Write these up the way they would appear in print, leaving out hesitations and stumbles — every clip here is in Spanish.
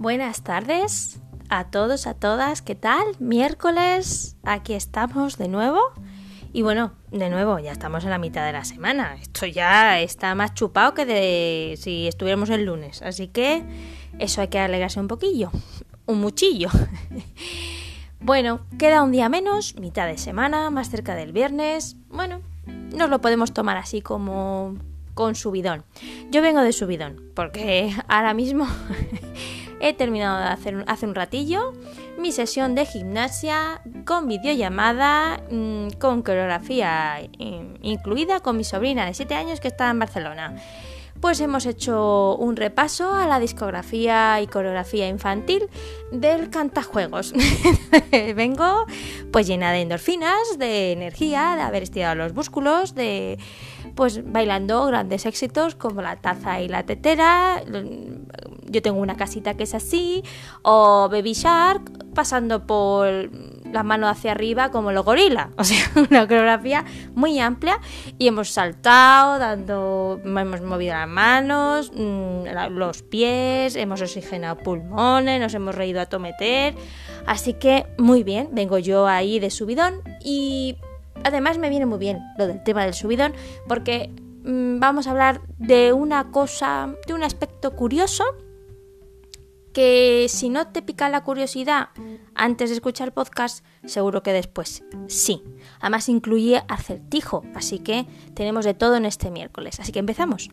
Buenas tardes a todos, a todas, ¿qué tal? Miércoles, aquí estamos de nuevo. Y bueno, de nuevo, ya estamos en la mitad de la semana. Esto ya está más chupado que de si estuviéramos el lunes. Así que eso hay que alegrarse un poquillo, un muchillo. Bueno, queda un día menos, mitad de semana, más cerca del viernes. Bueno, nos lo podemos tomar así como con subidón. Yo vengo de subidón, porque ahora mismo he terminado de hacer hace un ratillo mi sesión de gimnasia con videollamada, con coreografía incluida, con mi sobrina de 7 años que está en Barcelona. Pues hemos hecho un repaso a la discografía y coreografía infantil del Cantajuegos. Vengo pues llena de endorfinas, de energía, de haber estirado los músculos, de pues bailando grandes éxitos como La Taza y la Tetera. Yo tengo una casita que es así, o Baby Shark, pasando por la mano hacia arriba como los gorilas. O sea, una coreografía muy amplia y hemos saltado, hemos movido las manos, los pies, hemos oxigenado pulmones, nos hemos reído a tometer. Así que muy bien, vengo yo ahí de subidón y además me viene muy bien lo del tema del subidón porque vamos a hablar de una cosa, de un aspecto curioso que si no te pica la curiosidad antes de escuchar el podcast, seguro que después sí. Además incluye acertijo, así que tenemos de todo en este miércoles. Así que empezamos.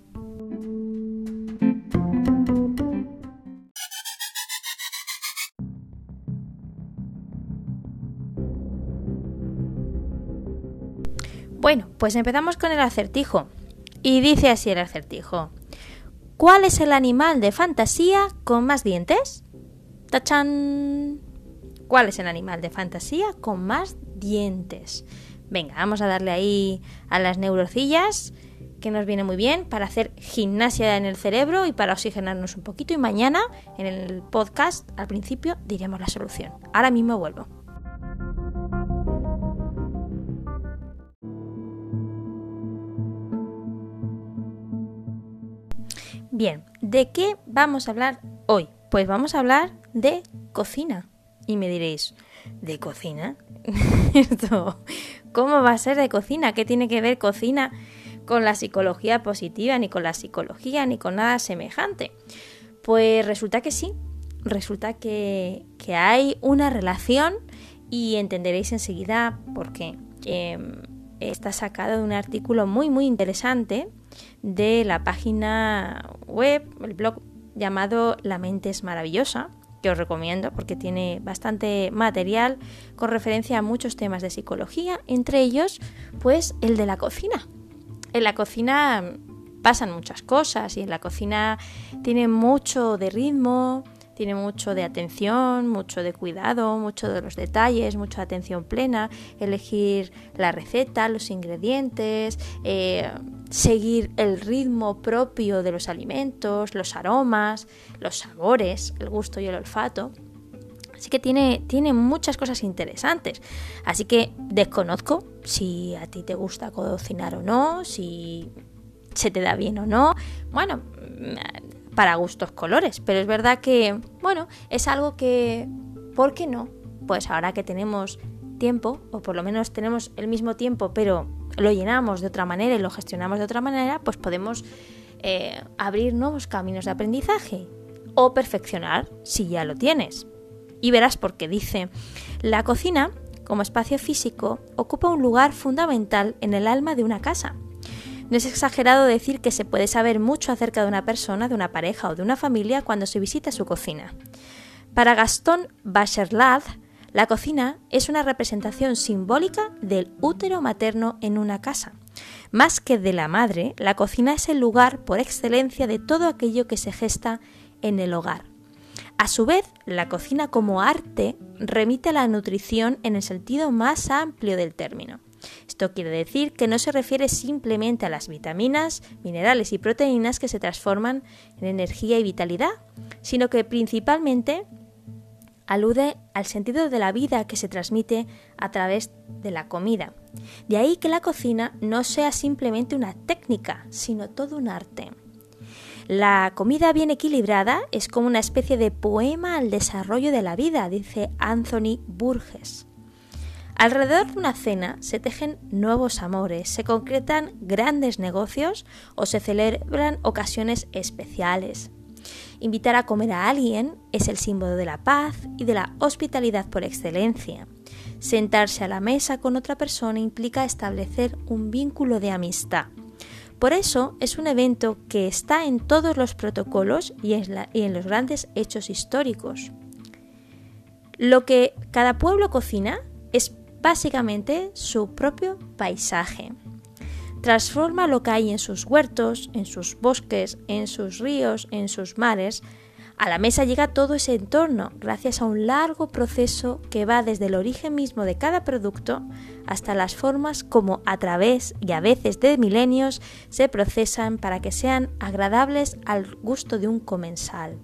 Bueno, pues empezamos con el acertijo. Y dice así el acertijo. ¿Cuál es el animal de fantasía con más dientes? ¡Tachán! ¿Cuál es el animal de fantasía con más dientes? Venga, vamos a darle ahí a las neurocillas, que nos viene muy bien para hacer gimnasia en el cerebro y para oxigenarnos un poquito. Y mañana, en el podcast, al principio, diremos la solución. Ahora mismo vuelvo. Bien, ¿de qué vamos a hablar hoy? Pues vamos a hablar de cocina. Y me diréis, ¿de cocina? Esto, ¿cómo va a ser de cocina? ¿Qué tiene que ver cocina con la psicología positiva, ni con la psicología, ni con nada semejante? Pues resulta que sí, resulta que hay una relación y entenderéis enseguida por qué. Está sacado de un artículo muy muy interesante de la página web, el blog llamado La Mente es Maravillosa, que os recomiendo porque tiene bastante material con referencia a muchos temas de psicología, entre ellos pues el de la cocina. En la cocina pasan muchas cosas y en la cocina tiene mucho de ritmo, tiene mucho de atención, mucho de cuidado, mucho de los detalles, mucha atención plena, elegir la receta, los ingredientes, seguir el ritmo propio de los alimentos, los aromas, los sabores, el gusto y el olfato. Así que tiene muchas cosas interesantes. Así que desconozco si a ti te gusta cocinar o no, si se te da bien o no. Bueno, para gustos colores, pero es verdad que, bueno, es algo que, ¿por qué no? Pues ahora que tenemos tiempo, o por lo menos tenemos el mismo tiempo, pero lo llenamos de otra manera y lo gestionamos de otra manera, pues podemos abrir nuevos caminos de aprendizaje o perfeccionar si ya lo tienes. Y verás por qué dice, la cocina, como espacio físico, ocupa un lugar fundamental en el alma de una casa. No es exagerado decir que se puede saber mucho acerca de una persona, de una pareja o de una familia cuando se visita su cocina. Para Gaston Bachelard, la cocina es una representación simbólica del útero materno en una casa. Más que de la madre, la cocina es el lugar por excelencia de todo aquello que se gesta en el hogar. A su vez, la cocina como arte remite a la nutrición en el sentido más amplio del término. Esto quiere decir que no se refiere simplemente a las vitaminas, minerales y proteínas que se transforman en energía y vitalidad, sino que principalmente alude al sentido de la vida que se transmite a través de la comida. De ahí que la cocina no sea simplemente una técnica, sino todo un arte. La comida bien equilibrada es como una especie de poema al desarrollo de la vida, dice Anthony Burgess. Alrededor de una cena se tejen nuevos amores, se concretan grandes negocios o se celebran ocasiones especiales. Invitar a comer a alguien es el símbolo de la paz y de la hospitalidad por excelencia. Sentarse a la mesa con otra persona implica establecer un vínculo de amistad. Por eso es un evento que está en todos los protocolos y en los grandes hechos históricos. Lo que cada pueblo cocina es básicamente su propio paisaje. Transforma lo que hay en sus huertos, en sus bosques, en sus ríos, en sus mares. A la mesa llega todo ese entorno gracias a un largo proceso que va desde el origen mismo de cada producto hasta las formas como a través y a veces de milenios se procesan para que sean agradables al gusto de un comensal.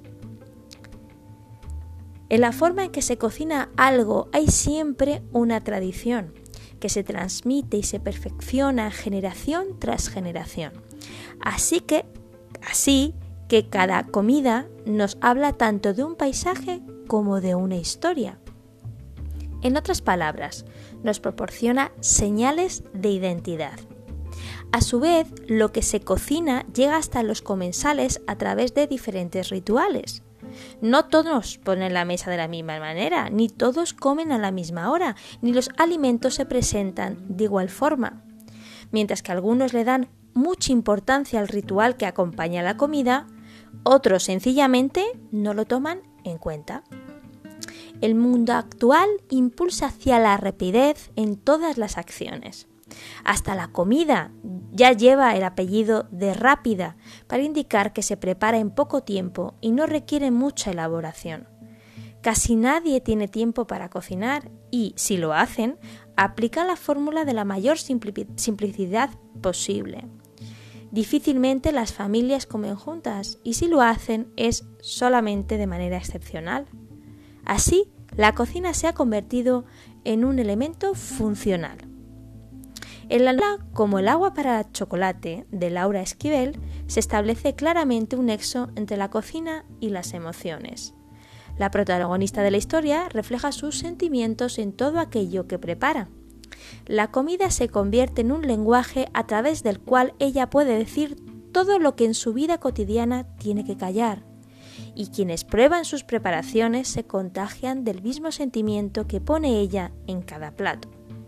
En la forma en que se cocina algo hay siempre una tradición que se transmite y se perfecciona generación tras generación. Así que cada comida nos habla tanto de un paisaje como de una historia. En otras palabras, nos proporciona señales de identidad. A su vez, lo que se cocina llega hasta los comensales a través de diferentes rituales. No todos ponen la mesa de la misma manera, ni todos comen a la misma hora, ni los alimentos se presentan de igual forma. Mientras que algunos le dan mucha importancia al ritual que acompaña la comida, otros sencillamente no lo toman en cuenta. El mundo actual impulsa hacia la rapidez en todas las acciones. Hasta la comida ya lleva el apellido de rápida para indicar que se prepara en poco tiempo y no requiere mucha elaboración. Casi nadie tiene tiempo para cocinar y, si lo hacen, aplican la fórmula de la mayor simplicidad posible. Difícilmente las familias comen juntas y si lo hacen es solamente de manera excepcional. Así, la cocina se ha convertido en un elemento funcional. En la novela Como el agua para el chocolate, de Laura Esquivel, se establece claramente un nexo entre la cocina y las emociones. La protagonista de la historia refleja sus sentimientos en todo aquello que prepara. La comida se convierte en un lenguaje a través del cual ella puede decir todo lo que en su vida cotidiana tiene que callar, y quienes prueban sus preparaciones se contagian del mismo sentimiento que pone ella en cada plato.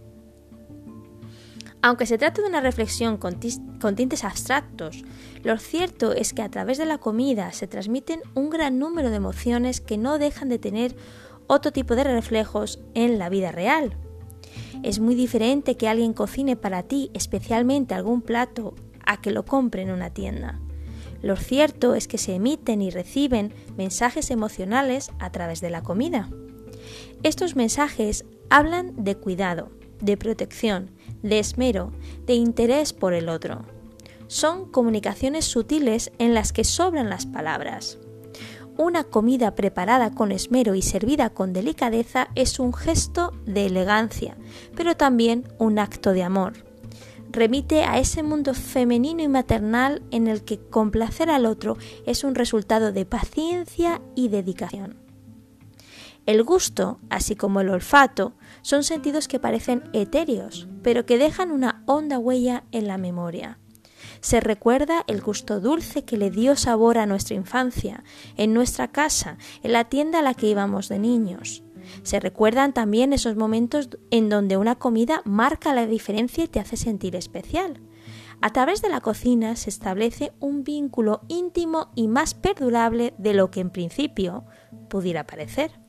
Aunque se trata de una reflexión con tintes abstractos, lo cierto es que a través de la comida se transmiten un gran número de emociones que no dejan de tener otro tipo de reflejos en la vida real. Es muy diferente que alguien cocine para ti especialmente algún plato a que lo compre en una tienda. Lo cierto es que se emiten y reciben mensajes emocionales a través de la comida. Estos mensajes hablan de cuidado, de protección, de esmero, de interés por el otro. Son comunicaciones sutiles en las que sobran las palabras. Una comida preparada con esmero y servida con delicadeza es un gesto de elegancia, pero también un acto de amor. Remite a ese mundo femenino y maternal en el que complacer al otro es un resultado de paciencia y dedicación. El gusto, así como el olfato, son sentidos que parecen etéreos, pero que dejan una honda huella en la memoria. Se recuerda el gusto dulce que le dio sabor a nuestra infancia, en nuestra casa, en la tienda a la que íbamos de niños. Se recuerdan también esos momentos en donde una comida marca la diferencia y te hace sentir especial. A través de la cocina se establece un vínculo íntimo y más perdurable de lo que en principio pudiera parecer.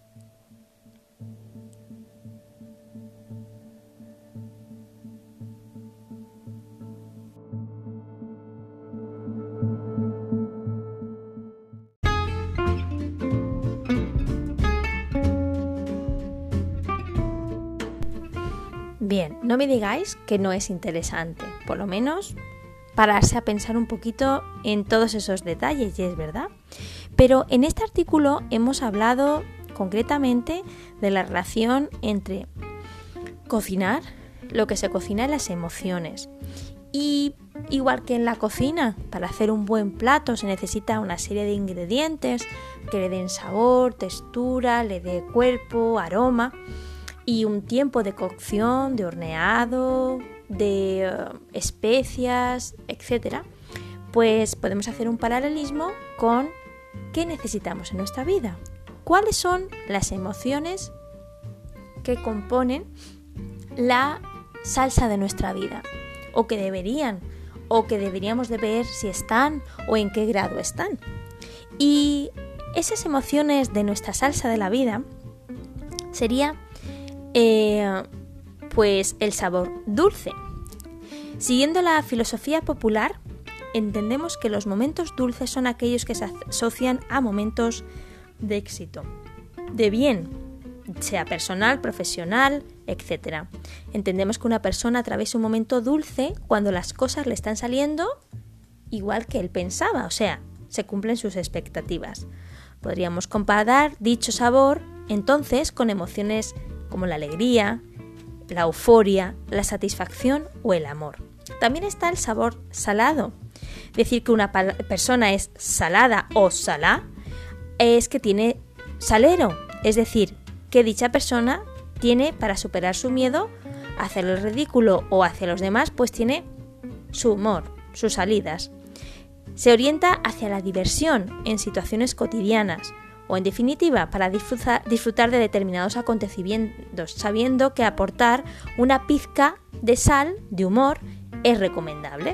Bien, no me digáis que no es interesante, por lo menos pararse a pensar un poquito en todos esos detalles, y es verdad. Pero en este artículo hemos hablado concretamente de la relación entre cocinar, lo que se cocina y las emociones. Y igual que en la cocina. Para hacer un buen plato se necesita una serie de ingredientes que le den sabor, textura, le dé cuerpo, aroma y un tiempo de cocción, de horneado, de especias, etc. Pues podemos hacer un paralelismo con qué necesitamos en nuestra vida. ¿Cuáles son las emociones que componen la salsa de nuestra vida? O que deberíamos de ver si están o en qué grado están. Y esas emociones de nuestra salsa de la vida sería pues el sabor dulce. Siguiendo la filosofía popular, entendemos que los momentos dulces son aquellos que se asocian a momentos de éxito, de bien, sea personal, profesional, etc. Entendemos que una persona atraviesa un momento dulce cuando las cosas le están saliendo igual que él pensaba, o sea, se cumplen sus expectativas. Podríamos comparar dicho sabor entonces con emociones como la alegría, la euforia, la satisfacción o el amor. También está el sabor salado. Decir que una persona es salada o salá es que tiene salero, es decir, que dicha persona tiene, para superar su miedo a hacer el ridículo o hacia los demás, pues tiene su humor, sus salidas. Se orienta hacia la diversión en situaciones cotidianas o, en definitiva, para disfrutar de determinados acontecimientos, sabiendo que aportar una pizca de sal, de humor, es recomendable.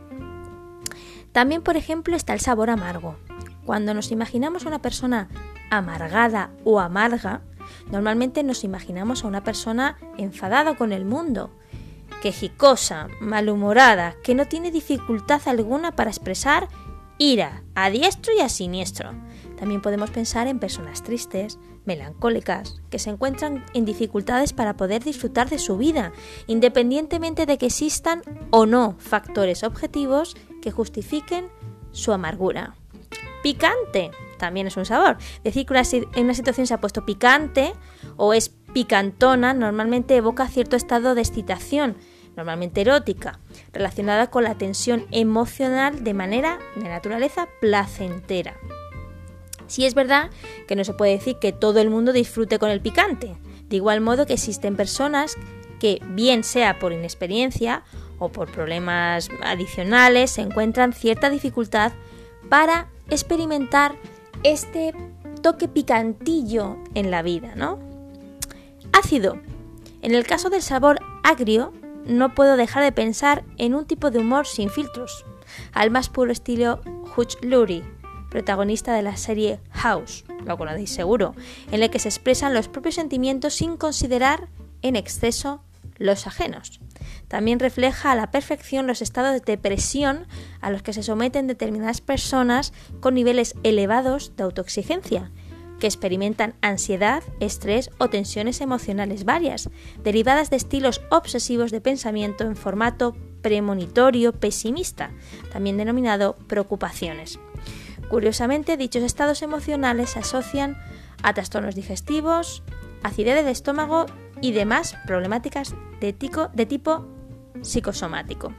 También, por ejemplo, está el sabor amargo. Cuando nos imaginamos a una persona amargada o amarga, normalmente nos imaginamos a una persona enfadada con el mundo, quejicosa, malhumorada, que no tiene dificultad alguna para expresar ira a diestro y a siniestro. También podemos pensar en personas tristes, melancólicas, que se encuentran en dificultades para poder disfrutar de su vida, independientemente de que existan o no factores objetivos que justifiquen su amargura. Picante también es un sabor. Decir que una situación se ha puesto picante o es picantona normalmente evoca cierto estado de excitación, normalmente erótica, relacionada con la tensión emocional de manera de naturaleza placentera. Sí es verdad que no se puede decir que todo el mundo disfrute con el picante. De igual modo que existen personas que, bien sea por inexperiencia o por problemas adicionales, se encuentran cierta dificultad para experimentar este toque picantillo en la vida, ¿no? Ácido. En el caso del sabor agrio, no puedo dejar de pensar en un tipo de humor sin filtros, al más puro estilo Hugh Laurie, protagonista de la serie House, lo conocéis seguro, en el que se expresan los propios sentimientos sin considerar en exceso los ajenos. También refleja a la perfección los estados de depresión a los que se someten determinadas personas con niveles elevados de autoexigencia, que experimentan ansiedad, estrés o tensiones emocionales varias, derivadas de estilos obsesivos de pensamiento en formato premonitorio pesimista, también denominado preocupaciones. Curiosamente, dichos estados emocionales se asocian a trastornos digestivos, acidez de estómago y demás problemáticas de tipo psicosomático.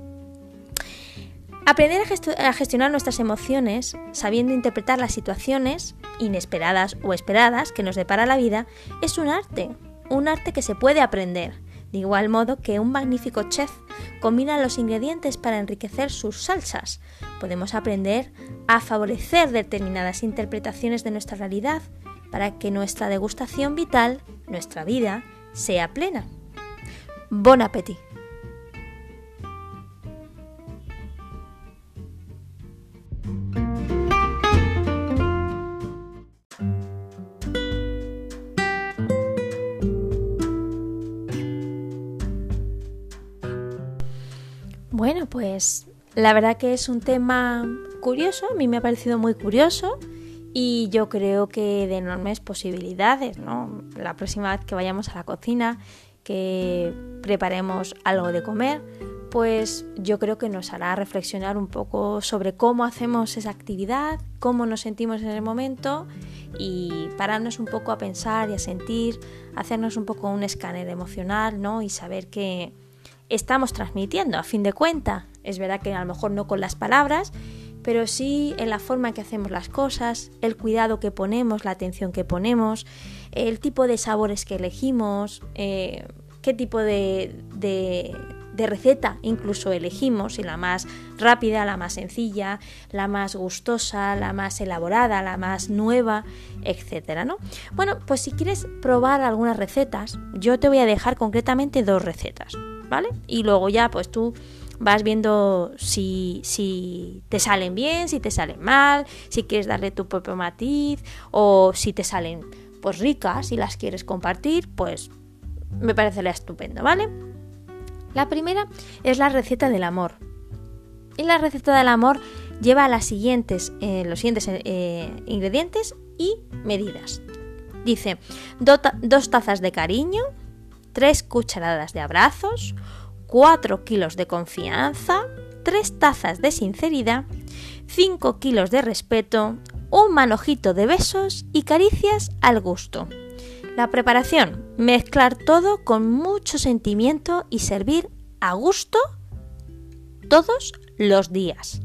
Aprender a gestionar nuestras emociones, sabiendo interpretar las situaciones inesperadas o esperadas que nos depara la vida, es un arte que se puede aprender. De igual modo que un magnífico chef combina los ingredientes para enriquecer sus salsas. Podemos aprender a favorecer determinadas interpretaciones de nuestra realidad para que nuestra degustación vital, nuestra vida, sea plena. Bon appétit. Bueno, pues la verdad que es un tema curioso, a mí me ha parecido muy curioso y yo creo que de enormes posibilidades, ¿no? La próxima vez que vayamos a la cocina, que preparemos algo de comer, pues yo creo que nos hará reflexionar un poco sobre cómo hacemos esa actividad, cómo nos sentimos en el momento y pararnos un poco a pensar y a sentir, hacernos un poco un escáner emocional, ¿no? Y saber que estamos transmitiendo, a fin de cuentas. Es verdad que a lo mejor no con las palabras, pero sí en la forma en que hacemos las cosas, el cuidado que ponemos, la atención que ponemos, el tipo de sabores que elegimos, qué tipo de receta incluso elegimos, si la más rápida, la más sencilla, la más gustosa, la más elaborada, la más nueva, etcétera, ¿no? Bueno, pues si quieres probar algunas recetas, yo te voy a dejar concretamente 2 recetas, ¿vale? Y luego ya pues tú vas viendo si te salen bien, si te salen mal, si quieres darle tu propio matiz o si te salen pues ricas y las quieres compartir, pues me parecería estupendo, ¿vale? La primera es la receta del amor. Y la receta del amor lleva los siguientes ingredientes y medidas. Dice 2 tazas de cariño, 3 cucharadas de abrazos, 4 kilos de confianza, 3 tazas de sinceridad, 5 kilos de respeto, un manojito de besos y caricias al gusto. La preparación: mezclar todo con mucho sentimiento y servir a gusto todos los días.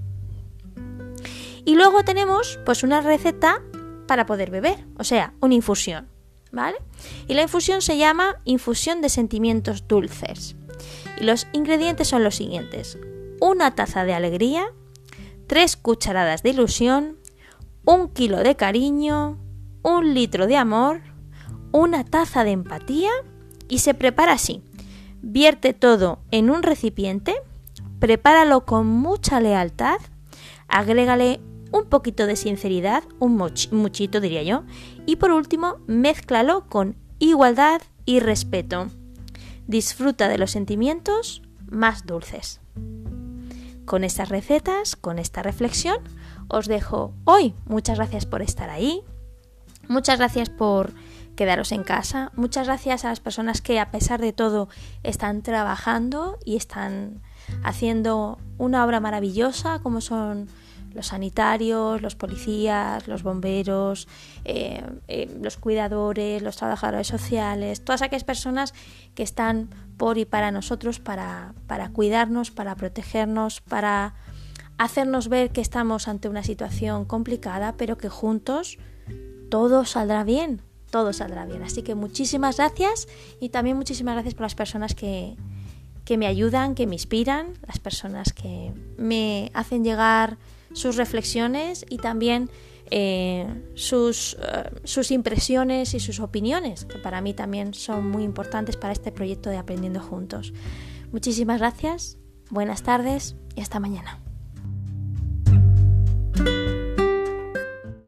Y luego tenemos pues una receta para poder beber, o sea, una infusión, ¿vale? Y la infusión se llama infusión de sentimientos dulces. Y los ingredientes son los siguientes: 1 taza de alegría, 3 cucharadas de ilusión, 1 kilo de cariño, 1 litro de amor, 1 taza de empatía. Y se prepara así: vierte todo en un recipiente, prepáralo con mucha lealtad, agrégale un poquito de sinceridad, un muchito diría yo, y por último, mézclalo con igualdad y respeto. Disfruta de los sentimientos más dulces. Con estas recetas, con esta reflexión, os dejo hoy. Muchas gracias por estar ahí. Muchas gracias por quedaros en casa. Muchas gracias a las personas que a pesar de todo están trabajando y están haciendo una obra maravillosa, como son los sanitarios, los policías, los bomberos, los cuidadores, los trabajadores sociales, todas aquellas personas que están por y para nosotros, para cuidarnos, para protegernos, para hacernos ver que estamos ante una situación complicada, pero que juntos todo saldrá bien, todo saldrá bien. Así que muchísimas gracias, y también muchísimas gracias por las personas que me ayudan, que me inspiran, las personas que me hacen llegar sus reflexiones y también sus impresiones y sus opiniones, que para mí también son muy importantes para este proyecto de Aprendiendo Juntos. Muchísimas gracias, buenas tardes y hasta mañana.